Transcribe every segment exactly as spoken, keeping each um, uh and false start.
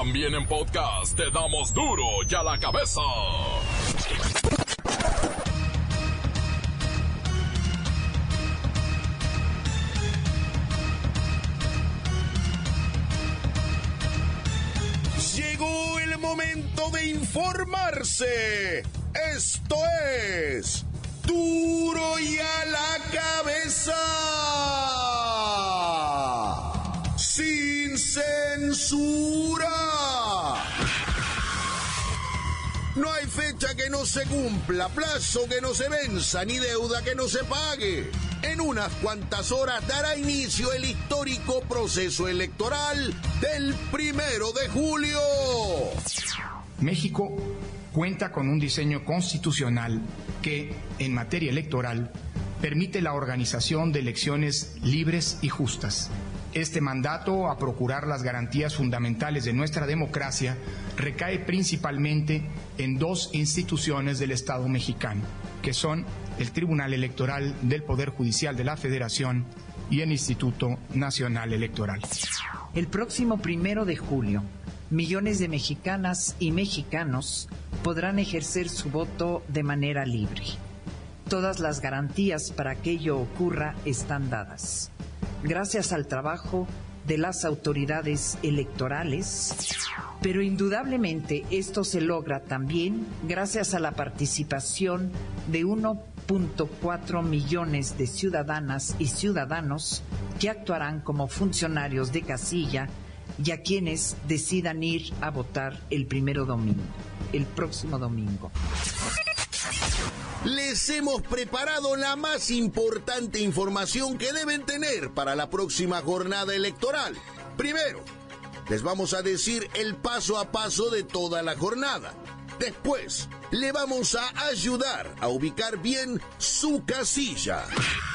También en podcast te damos duro y a la cabeza. Llegó el momento de informarse. Esto es Duro y a la Cabeza. Sin censura. No hay fecha que no se cumpla, plazo que no se venza, ni deuda que no se pague. En unas cuantas horas dará inicio el histórico proceso electoral del primero de julio. México cuenta con un diseño constitucional que, en materia electoral, permite la organización de elecciones libres y justas. Este mandato a procurar las garantías fundamentales de nuestra democracia recae principalmente en dos instituciones del Estado mexicano, que son el Tribunal Electoral del Poder Judicial de la Federación y el Instituto Nacional Electoral. El próximo primero de julio, millones de mexicanas y mexicanos podrán ejercer su voto de manera libre. Todas las garantías para que ello ocurra están dadas. Gracias al trabajo de las autoridades electorales, pero indudablemente esto se logra también gracias a la participación de uno punto cuatro millones de ciudadanas y ciudadanos que actuarán como funcionarios de casilla y a quienes decidan ir a votar el primero domingo, el próximo domingo. Les hemos preparado la más importante información que deben tener para la próxima jornada electoral. Primero, les vamos a decir el paso a paso de toda la jornada. Después, le vamos a ayudar a ubicar bien su casilla.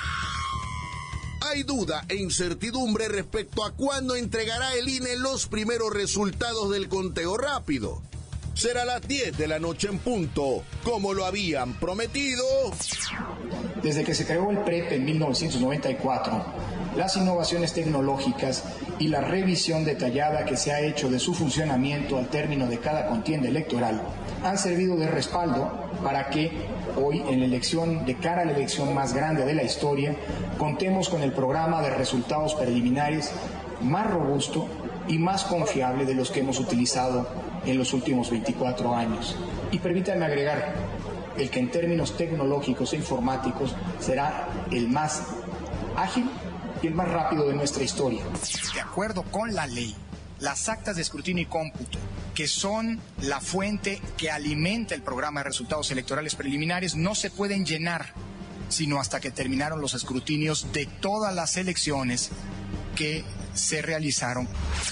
Hay duda e incertidumbre respecto a cuándo entregará el I N E los primeros resultados del conteo rápido. Será a las diez de la noche en punto, como lo habían prometido. Desde que se creó el P R E P en mil novecientos noventa y cuatro, las innovaciones tecnológicas y la revisión detallada que se ha hecho de su funcionamiento al término de cada contienda electoral han servido de respaldo para que hoy, en la elección, de cara a la elección más grande de la historia, contemos con el programa de resultados preliminares más robusto y más confiable de los que hemos utilizado en los últimos veinticuatro años. Y permítanme agregar, el que en términos tecnológicos e informáticos será el más ágil y el más rápido de nuestra historia. De acuerdo con la ley, las actas de escrutinio y cómputo, que son la fuente que alimenta el programa de resultados electorales preliminares, no se pueden llenar sino hasta que terminaron los escrutinios de todas las elecciones que se realizaron.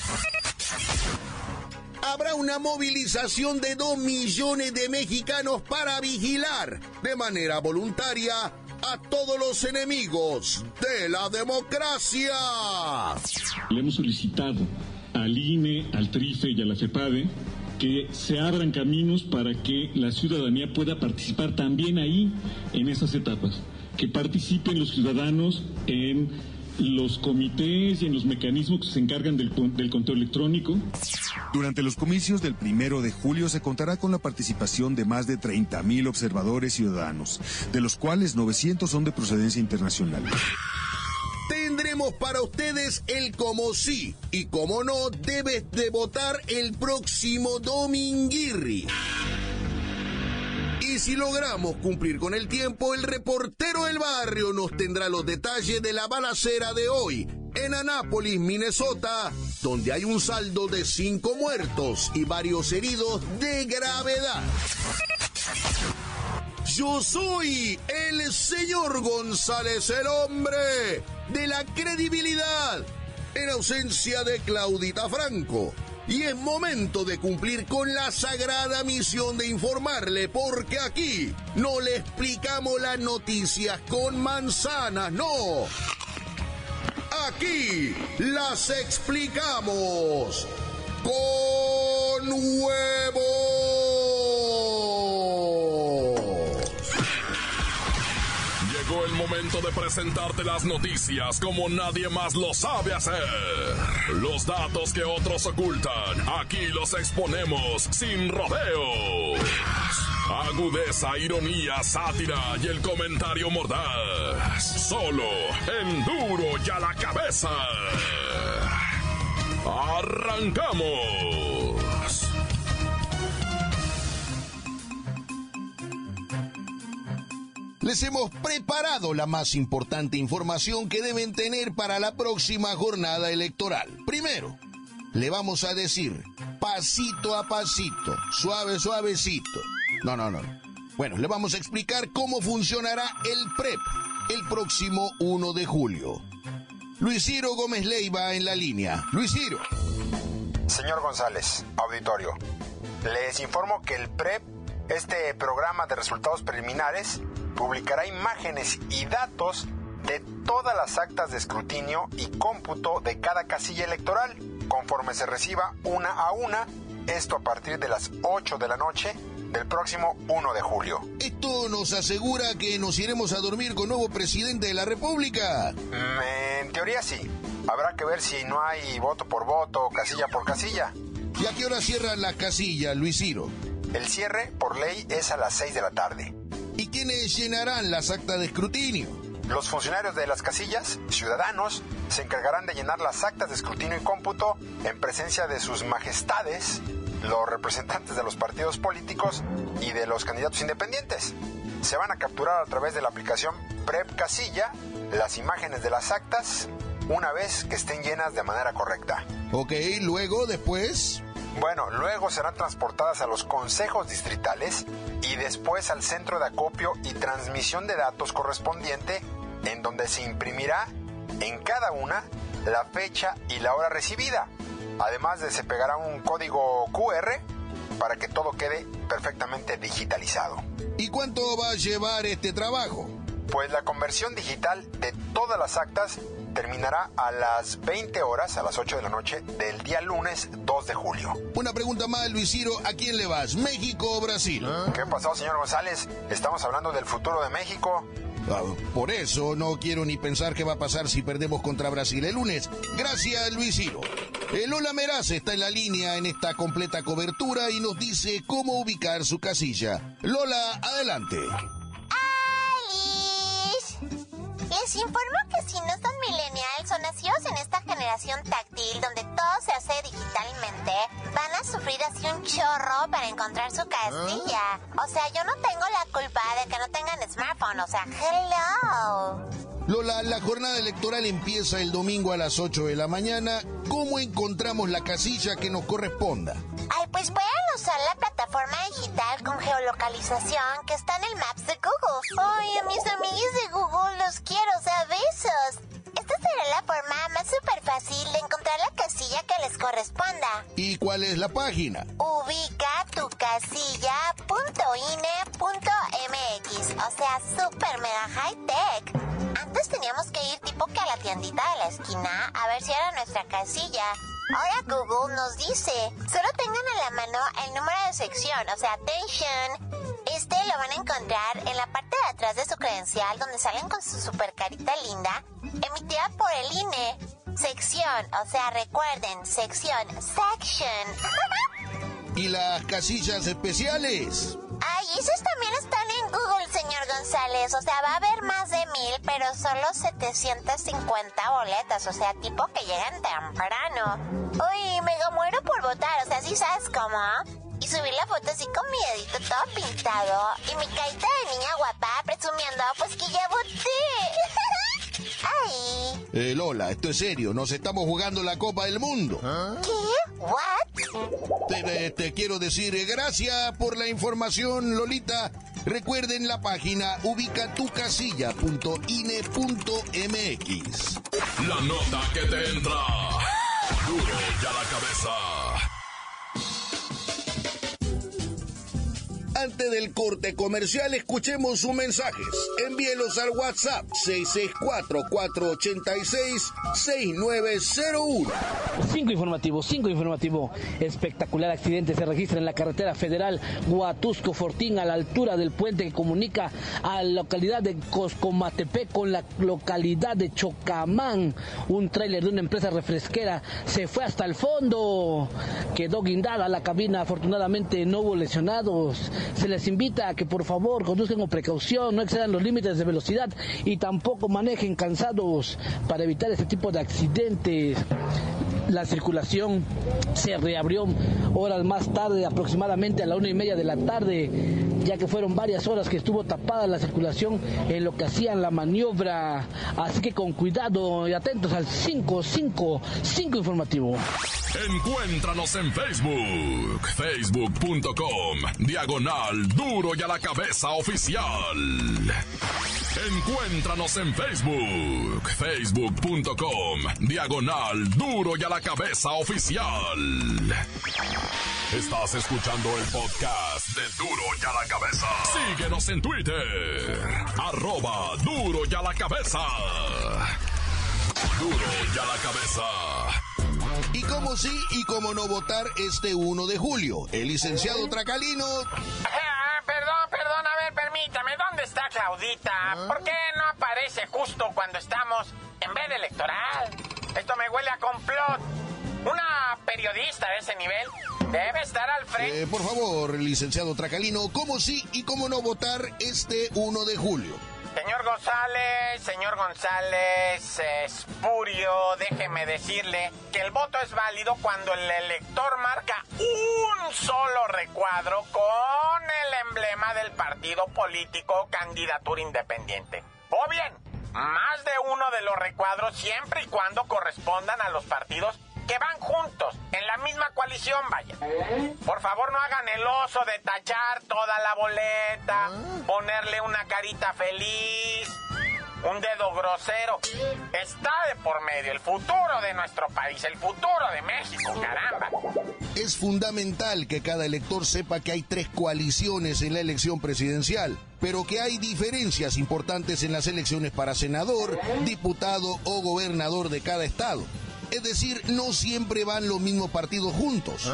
Habrá una movilización de dos millones de mexicanos para vigilar de manera voluntaria a todos los enemigos de la democracia. Le hemos solicitado al I N E, al TRIFE y a la FEPADE que se abran caminos para que la ciudadanía pueda participar también ahí en esas etapas, que participen los ciudadanos en los comités y en los mecanismos que se encargan del, del conteo electrónico. Durante los comicios del primero de julio se contará con la participación de más de treinta mil observadores ciudadanos, de los cuales novecientos son de procedencia internacional. Tendremos para ustedes el cómo sí y cómo no debes de votar el próximo dominguirri. Y si logramos cumplir con el tiempo, el reportero del barrio nos tendrá los detalles de la balacera de hoy en Annapolis, Minnesota, donde hay un saldo de cinco muertos y varios heridos de gravedad. Yo soy el señor González, el hombre de la credibilidad, en ausencia de Claudita Franco. Y es momento de cumplir con la sagrada misión de informarle, porque aquí no le explicamos las noticias con manzanas, no. Aquí las explicamos con huevos. Llegó el momento de presentarte las noticias como nadie más lo sabe hacer. Los datos que otros ocultan, aquí los exponemos sin rodeos. Agudeza, ironía, sátira y el comentario mordaz. Solo en Duro y a la Cabeza. ¡Arrancamos! Les hemos preparado la más importante información que deben tener para la próxima jornada electoral. Primero, le vamos a decir pasito a pasito, suave, suavecito. No, no, no. Bueno, le vamos a explicar cómo funcionará el P R E P el próximo uno de julio. Luis Ciro Gómez Leiva en la línea. Luis Ciro. Señor González, auditorio, les informo que el P R E P, este programa de resultados preliminares, publicará imágenes y datos de todas las actas de escrutinio y cómputo de cada casilla electoral, conforme se reciba una a una, esto a partir de las ocho de la noche del próximo uno de julio. ¿Esto nos asegura que nos iremos a dormir con nuevo presidente de la República? Mm, en teoría sí. Habrá que ver si no hay voto por voto, casilla por casilla. ¿Y a qué hora cierran las casillas, Luis Ciro? El cierre, por ley, es a las seis de la tarde. ¿Y quiénes llenarán las actas de escrutinio? Los funcionarios de las casillas, ciudadanos, se encargarán de llenar las actas de escrutinio y cómputo en presencia de sus majestades, los representantes de los partidos políticos y de los candidatos independientes. Se van a capturar a través de la aplicación P R E P Casilla las imágenes de las actas una vez que estén llenas de manera correcta. Ok, luego, después... Bueno, luego serán transportadas a los consejos distritales y después al centro de acopio y transmisión de datos correspondiente, en donde se imprimirá en cada una la fecha y la hora recibida. Además de se pegará un código cu erre para que todo quede perfectamente digitalizado. ¿Y cuánto va a llevar este trabajo? Pues la conversión digital de todas las actas terminará a las veinte horas, a las ocho de la noche del día lunes dos de julio. Una pregunta más, Luis Ciro, ¿a quién le vas? ¿México o Brasil? ¿Eh? ¿Qué pasó, señor González? Estamos hablando del futuro de México. Ah, por eso no quiero ni pensar qué va a pasar si perdemos contra Brasil el lunes. Gracias, Luis Ciro. Eh, Lola Meraz está en la línea en esta completa cobertura y nos dice cómo ubicar su casilla. Lola, adelante. Les informo que si no son millennials o nacidos en esta generación táctil donde todo se hace digitalmente, van a sufrir así un chorro para encontrar su casilla. O sea, yo no tengo la culpa de que no tengan smartphone, o sea, hello. Lola, la jornada electoral empieza el domingo a las ocho de la mañana. ¿Cómo encontramos la casilla que nos corresponda? Ay, pues pueden usar la plataforma digital con geolocalización que está en el Maps de Google. Ay, a mis amigos de Google los quiero, o sea, besos. Esta será la forma más súper fácil de encontrar la casilla que les corresponda. ¿Y cuál es la página? ubica tu casilla punto ine punto eme equis, o sea, súper mega high tech. Antes teníamos que ir tipo que a la tiendita de la esquina a ver si era nuestra casilla. Ahora Google nos dice, solo tengan a la mano el número de sección, o sea, attention. Este lo van a encontrar en la parte de atrás de su credencial, donde salen con su super carita linda, emitida por el I N E. Sección, o sea, recuerden, sección, section. ¿Y las casillas especiales? Ay, esas también están en Google, señor González. O sea, va a haber más de mil, pero solo setecientas cincuenta boletas. O sea, tipo que llegan temprano. Uy, me muero por votar. O sea, ¿sí sabes cómo? Y subir la foto así con mi dedito todo pintado. Y mi carita de niña guapa presumiendo, pues que ya voté. Ay. Eh, Lola, esto es serio. Nos estamos jugando la Copa del Mundo. ¿Ah? ¿Qué? ¿What? Te, te quiero decir eh, gracias por la información, Lolita. Recuerden la página ubica tu casilla punto ine punto eme equis. La nota que te entra. Duro y a la cabeza. Antes del corte comercial, escuchemos sus mensajes. Envíelos al WhatsApp seis seis cuatro, cuatro ocho seis, seis nueve cero uno. Cinco informativo, cinco informativo. Espectacular accidente se registra en la carretera federal Huatusco-Fortín, a la altura del puente que comunica a la localidad de Coscomatepec con la localidad de Chocamán. Un tráiler de una empresa refresquera se fue hasta el fondo, quedó guindada la cabina. Afortunadamente no hubo lesionados. Se les invita a que por favor conduzcan con precaución, no excedan los límites de velocidad y tampoco manejen cansados para evitar este tipo de accidentes. La circulación se reabrió horas más tarde, aproximadamente a la una y media de la tarde, ya que fueron varias horas que estuvo tapada la circulación en lo que hacían la maniobra. Así que con cuidado y atentos al cinco cinco cinco informativo. Encuéntranos en Facebook, facebook punto com, diagonal Duro y a la Cabeza Oficial. Encuéntranos en Facebook, facebook punto com, diagonal Duro y a la Cabeza Oficial. Estás escuchando el podcast de Duro y a la Cabeza. Síguenos en Twitter, arroba Duro y a la Cabeza. Duro y a la Cabeza. Y como sí y como no votar este uno de julio, el licenciado Tracalino... Ah, perdón, perdón, a ver, permítame, ¿dónde está Claudita? ¿Ah? ¿Por qué no aparece justo cuando estamos en veda electoral? Esto me huele a complot. Una periodista de ese nivel debe estar al frente. Eh, por favor, licenciado Tracalino, ¿cómo sí y cómo no votar este uno de julio? Señor González, señor González, espurio, déjeme decirle que el voto es válido cuando el elector marca un solo recuadro con el emblema del partido político o candidatura independiente. O bien, más de uno de los recuadros siempre y cuando correspondan a los partidos que van juntos, en la misma coalición, vaya. Por favor, no hagan el oso de tachar toda la boleta, ponerle una carita feliz, un dedo grosero. Está de por medio el futuro de nuestro país, el futuro de México, caramba. Es fundamental que cada elector sepa que hay tres coaliciones en la elección presidencial, pero que hay diferencias importantes en las elecciones para senador, diputado o gobernador de cada estado. Es decir, no siempre van los mismos partidos juntos.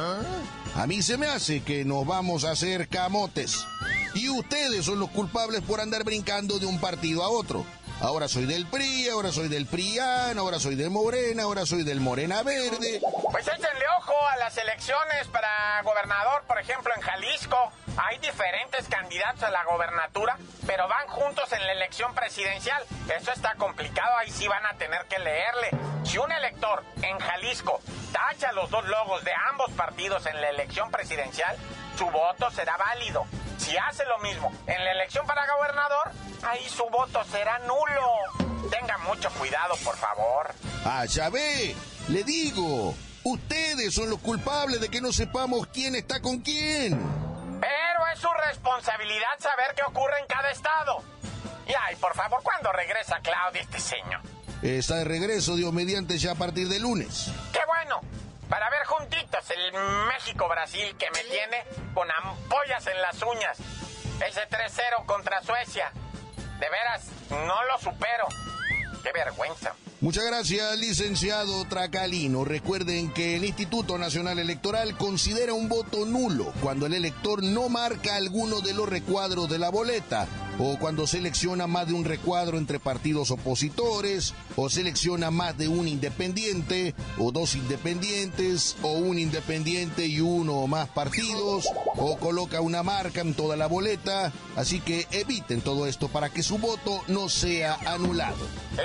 A mí se me hace que nos vamos a hacer camotes. Y ustedes son los culpables por andar brincando de un partido a otro. Ahora soy del P R I, ahora soy del PRIAN, ahora soy del Morena, ahora soy del Morena Verde. Pues échenle ojo a las elecciones para gobernador, por ejemplo, en Jalisco. Hay diferentes candidatos a la gobernatura, pero van juntos en la elección presidencial. Eso está complicado, ahí sí van a tener que leerle. Si un elector en Jalisco tacha los dos logos de ambos partidos en la elección presidencial, su voto será válido. Si hace lo mismo en la elección para gobernador, ahí su voto será nulo. Tenga mucho cuidado, por favor. Ah, ya ve, le digo, ustedes son los culpables de que no sepamos quién está con quién. Pero es su responsabilidad saber qué ocurre en cada estado. Y ay, por favor, ¿cuándo regresa Claudia, este señor? Está de regreso, Dios mediante, ya a partir de lunes. ¡Qué bueno! Para ver juntitos el México-Brasil que me tiene con ampollas en las uñas. Ese tres cero contra Suecia. De veras, no lo supero. ¡Qué vergüenza! Muchas gracias, licenciado Tracalino. Recuerden que el Instituto Nacional Electoral considera un voto nulo cuando el elector no marca alguno de los recuadros de la boleta, o cuando selecciona más de un recuadro entre partidos opositores, o selecciona más de un independiente, o dos independientes, o un independiente y uno o más partidos, o coloca una marca en toda la boleta. Así que eviten todo esto para que su voto no sea anulado.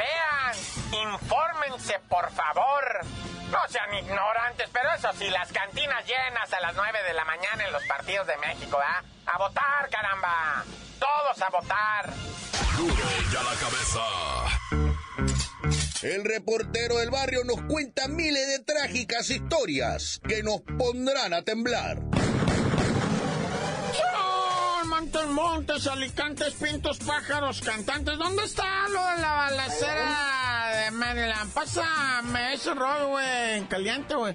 ¡Lean! ¡Infórmense, por favor! No sean ignorantes, pero eso sí, las cantinas llenas a las nueve de la mañana en los partidos de México, ¿ah? ¡A votar, caramba! ¡Todos a votar! Duro y a la Cabeza. El reportero del barrio nos cuenta miles de trágicas historias que nos pondrán a temblar. Montes, montes, alicantes, pintos, pájaros, cantantes. ¿Dónde está lo de la balacera de Maryland? Pásame ese rol, güey, en caliente, güey.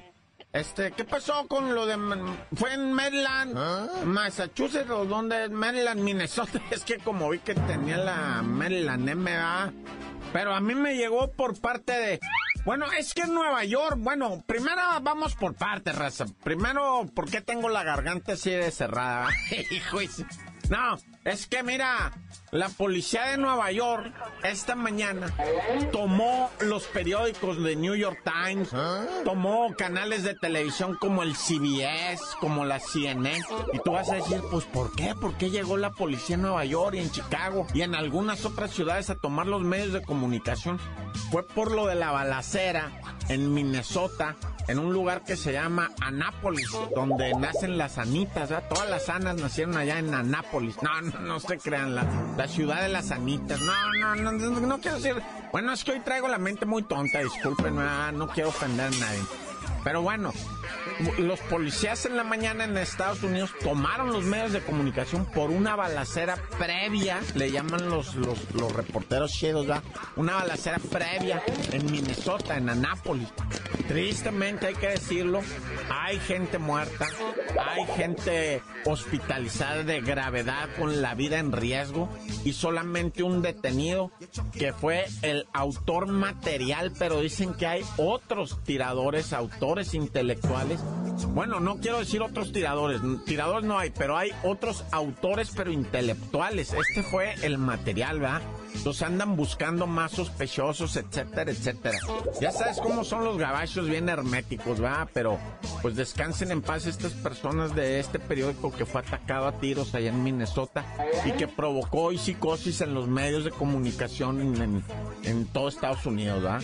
Este, ¿qué pasó con lo de... Fue en Maryland, ¿ah? Massachusetts, o donde Maryland, Minnesota? Es que como vi que tenía la Maryland M A, pero a mí me llegó por parte de... Bueno, es que en Nueva York, bueno, primero vamos por partes, raza. Primero, ¿por qué tengo la garganta así de cerrada? Hijo, no, es que mira, la policía de Nueva York esta mañana tomó los periódicos de New York Times, ¿ah? Tomó canales de televisión como el C B S, como la C N N, y tú vas a decir, pues, ¿por qué? ¿Por qué llegó la policía en Nueva York y en Chicago y en algunas otras ciudades a tomar los medios de comunicación? Fue por lo de la balacera en Minnesota, en un lugar que se llama Annapolis, donde nacen las Anitas, ¿verdad? Todas las Anas nacieron allá en Annapolis. No, no, no se crean, la, la ciudad de las Anitas. No, no, no, no, no quiero decir... Bueno, es que hoy traigo la mente muy tonta, disculpen, no, no quiero ofender a nadie. Pero bueno, los policías en la mañana en Estados Unidos tomaron los medios de comunicación por una balacera previa, le llaman los, los, los reporteros chidos, ¿verdad? Una balacera previa en Minnesota, en Annapolis. Tristemente hay que decirlo, hay gente muerta, hay gente hospitalizada de gravedad con la vida en riesgo y solamente un detenido que fue el autor material, pero dicen que hay otros tiradores, autores intelectuales. Bueno, no quiero decir otros tiradores, tiradores no hay, pero hay otros autores pero intelectuales. Este fue el material, ¿verdad? Los andan buscando más sospechosos, etcétera, etcétera. Ya sabes cómo son los gabachos, bien herméticos, ¿verdad? Pero pues descansen en paz estas personas de este periódico que fue atacado a tiros allá en Minnesota y que provocó hoy psicosis en los medios de comunicación en, en, en todo Estados Unidos, ¿verdad?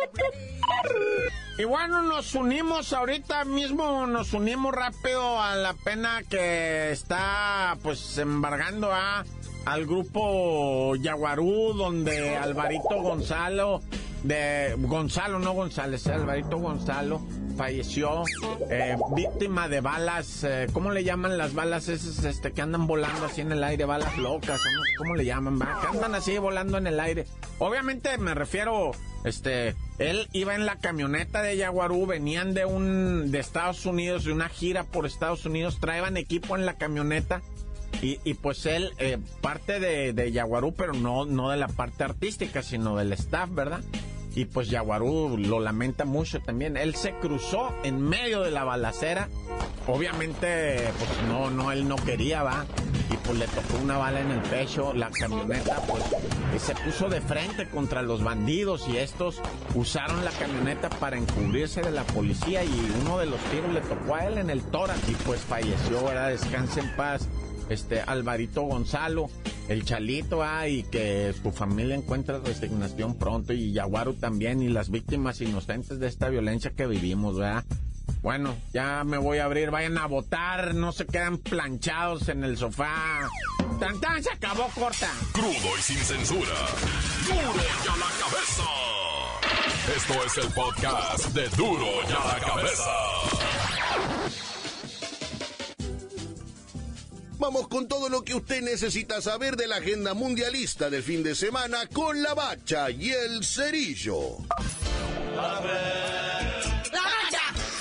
Y bueno, nos unimos ahorita mismo, nos unimos rápido a la pena que está pues embargando a... al grupo Yaguarú, donde Alvarito Gonzalo, de Gonzalo, no González, Alvarito Gonzalo, falleció, eh, víctima de balas, eh, ¿cómo le llaman las balas esas este, que andan volando así en el aire? Balas locas, ¿no? ¿Cómo le llaman? ¿Va? Que andan así volando en el aire. Obviamente me refiero, este, él iba en la camioneta de Yaguarú, venían de un, de Estados Unidos, de una gira por Estados Unidos, traían equipo en la camioneta. Y, y pues él, eh, parte de, de Yaguarú, pero no, no de la parte artística, sino del staff, ¿verdad? Y pues Yaguarú lo lamenta mucho también. Él se cruzó en medio de la balacera. Obviamente, pues no, no, él no quería, ¿va? Y pues le tocó una bala en el pecho. La camioneta, pues, se puso de frente contra los bandidos y estos usaron la camioneta para encubrirse de la policía y uno de los tiros le tocó a él en el tórax y pues falleció, ¿verdad? Descanse en paz. Este, Alvarito Gonzalo, el Chalito, ah, y que su familia encuentre resignación pronto, y Yaguarú también, y las víctimas inocentes de esta violencia que vivimos, ¿verdad? Bueno, ya me voy a abrir, vayan a votar, no se quedan planchados en el sofá. ¡Tan, tan! Se acabó, corta. Crudo y sin censura. ¡Duro y a la cabeza! Esto es el podcast de Duro y a la cabeza. Vamos con todo lo que usted necesita saber de la agenda mundialista del fin de semana con la Bacha y el Cerillo. ¡La Bacha! ¡La Bacha!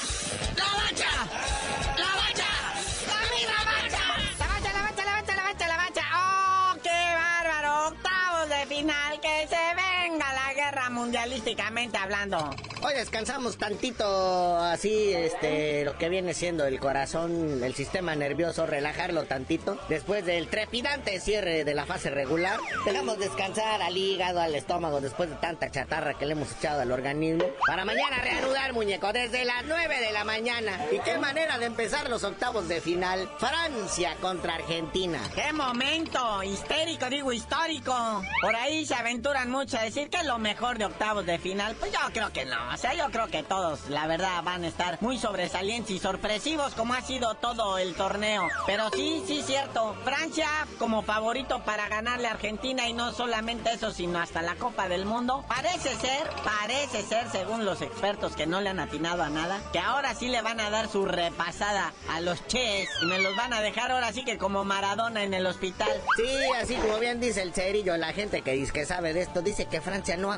¡La Bacha! ¡La misma Bacha! ¡La Bacha, la Bacha, la Bacha, la Bacha, la Bacha! ¡Oh, qué bárbaro! Octavos de final, que se venga la guerra mundialísticamente hablando. Hoy descansamos tantito, así, este, lo que viene siendo el corazón, el sistema nervioso, relajarlo tantito. Después del trepidante cierre de la fase regular, dejamos descansar al hígado, al estómago, después de tanta chatarra que le hemos echado al organismo. Para mañana reanudar, muñeco, desde las nueve de la mañana. Y qué manera de empezar los octavos de final. Francia contra Argentina. ¡Qué momento! Histérico, digo histórico. Por ahí se aventuran mucho a decir que es lo mejor de octavos de final. Pues yo creo que no. O sea, yo creo que todos, la verdad, van a estar muy sobresalientes y sorpresivos como ha sido todo el torneo. Pero sí, sí, cierto. Francia como favorito para ganarle a Argentina, y no solamente eso, sino hasta la Copa del Mundo. Parece ser, parece ser, según los expertos que no le han atinado a nada, que ahora sí le van a dar su repasada a los Ches y me los van a dejar ahora sí que como Maradona en el hospital. Sí, así como bien dice el Cerillo, la gente que dice que sabe de esto, dice que Francia no ha jugado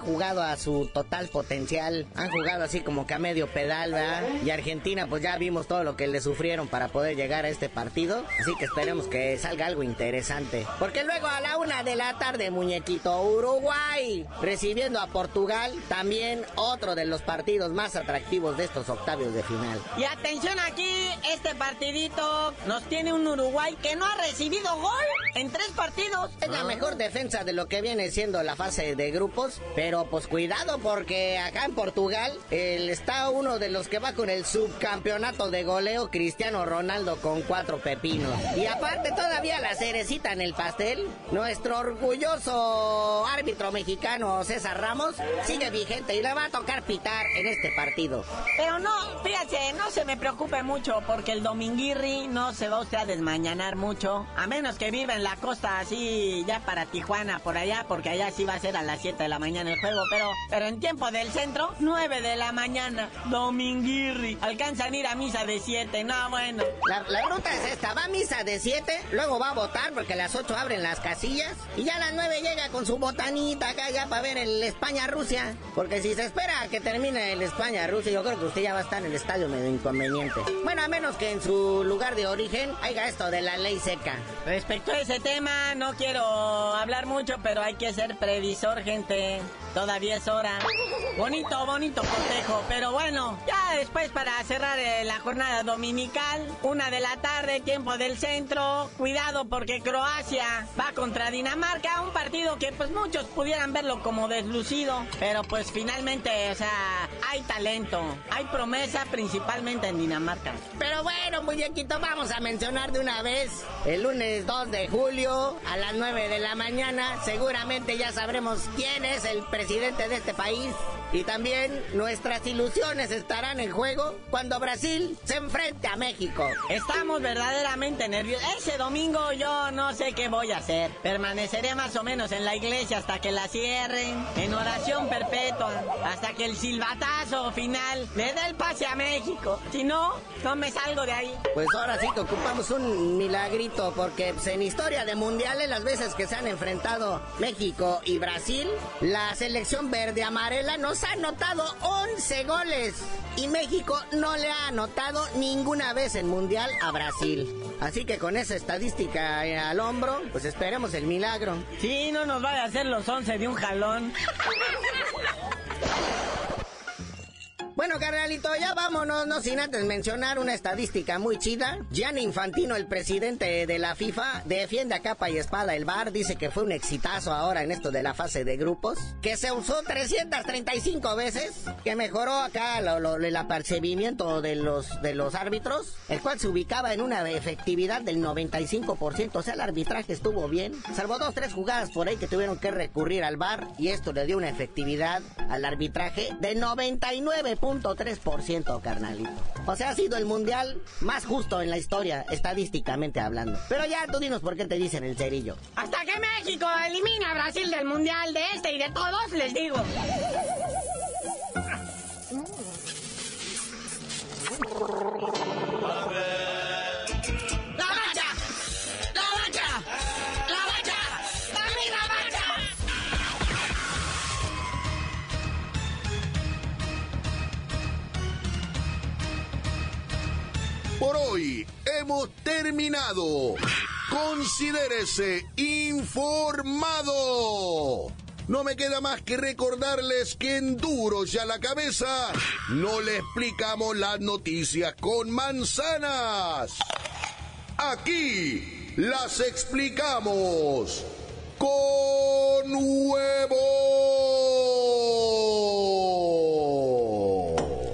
a su total potencial. Han jugado así como que a medio pedal, ¿verdad? Y Argentina, pues ya vimos todo lo que le sufrieron para poder llegar a este partido. Así que esperemos que salga algo interesante. Porque luego a la una de la tarde, muñequito, Uruguay recibiendo a Portugal. También otro de los partidos más atractivos de estos octavios de final. Y atención aquí, este partidito nos tiene un Uruguay que no ha recibido gol en tres partidos. Es la mejor defensa de lo que viene siendo la fase de grupos, pero pues cuidado porque acá en Portugal el, está uno de los que va con el subcampeonato de goleo, Cristiano Ronaldo, con cuatro pepinos. Y aparte todavía la cerecita en el pastel, nuestro orgulloso árbitro mexicano César Ramos sigue vigente y le va a tocar pitar en este partido. Pero no, fíjate, no se me preocupe mucho porque el Dominguirri no se va usted a desmañanar mucho, a menos que viva en la costa así ya para Tijuana por allá, porque allá sí va a ser a las siete de la mañana el juego, pero pero en tiempo del centro, nueve de la mañana, Dominguirri, alcanzan a ir a misa de siete, no bueno. La, la ruta es esta, va a misa de siete, luego va a votar porque a las ocho abren las casillas y ya a las nueve llega con su botanita acá ya para ver el España-Rusia, porque si se espera a que termine el España-Rusia, yo creo que usted ya va a estar en el estadio medio inconveniente. Bueno, a menos que en su lugar de origen haya esto de la ley seca. Respecto a ese tema, no quiero hablar mucho, pero hay que ser previsor, gente. Todavía es hora. Bonito, bonito cortejo, pero bueno, ya después para cerrar eh, la jornada dominical, una de la tarde, tiempo del centro, cuidado porque Croacia va contra Dinamarca, un partido que pues muchos pudieran verlo como deslucido, pero pues finalmente, o sea, hay talento, hay promesa principalmente en Dinamarca. Pero bueno, muñequito, vamos a mencionar de una vez, el lunes dos de julio, a las nueve de la mañana, seguramente ya sabremos quién es el presidente de este país. Y también nuestras ilusiones estarán en juego cuando Brasil se enfrente a México. Estamos verdaderamente nerviosos. Ese domingo yo no sé qué voy a hacer. Permaneceré más o menos en la iglesia hasta que la cierren, en oración perpetua, hasta que el silbatazo final le dé el pase a México. Si no, no me salgo de ahí. Pues ahora sí que ocupamos un milagrito, porque pues, en historia de mundiales, las veces que se han enfrentado México y Brasil, la selección verde amarela no ha anotado once goles y México no le ha anotado ninguna vez en mundial a Brasil. Así que con esa estadística al hombro, pues esperemos el milagro. Sí, no nos vaya a hacer los once de un jalón. Bueno, carnalito, ya vámonos, no sin antes mencionar una estadística muy chida. Gianni Infantino, el presidente de la FIFA, defiende a capa y espada el V A R, dice que fue un exitazo ahora en esto de la fase de grupos, que se usó trescientas treinta y cinco veces, que mejoró acá lo, lo, el apercibimiento de los, de los árbitros, el cual se ubicaba en una efectividad del noventa y cinco por ciento, o sea, el arbitraje estuvo bien, salvo dos, tres jugadas por ahí que tuvieron que recurrir al V A R, y esto le dio una efectividad al arbitraje de noventa y nueve punto tres por ciento, carnalito. O sea, ha sido el mundial más justo en la historia, estadísticamente hablando. Pero ya tú dinos por qué te dicen el cerillo. Hasta que México elimine a Brasil del mundial, de este y de todos, les digo. Por hoy hemos terminado. Considérese informado. No me queda más que recordarles que en Duro y a la Cabeza no le explicamos las noticias con manzanas. Aquí las explicamos con huevo.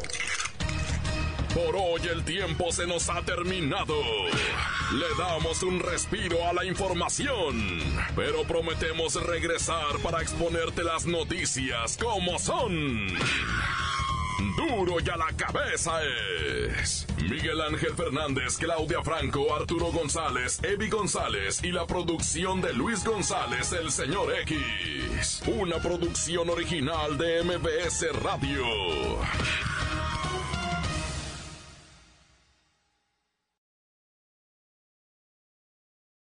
Por hoy el tiempo se nos ha terminado. Le damos un respiro a la información, pero prometemos regresar para exponerte las noticias como son. Duro y a la Cabeza es Miguel Ángel Fernández, Claudia Franco, Arturo González, Evi González y la producción de Luis González, el señor X. Una producción original de M B S Radio.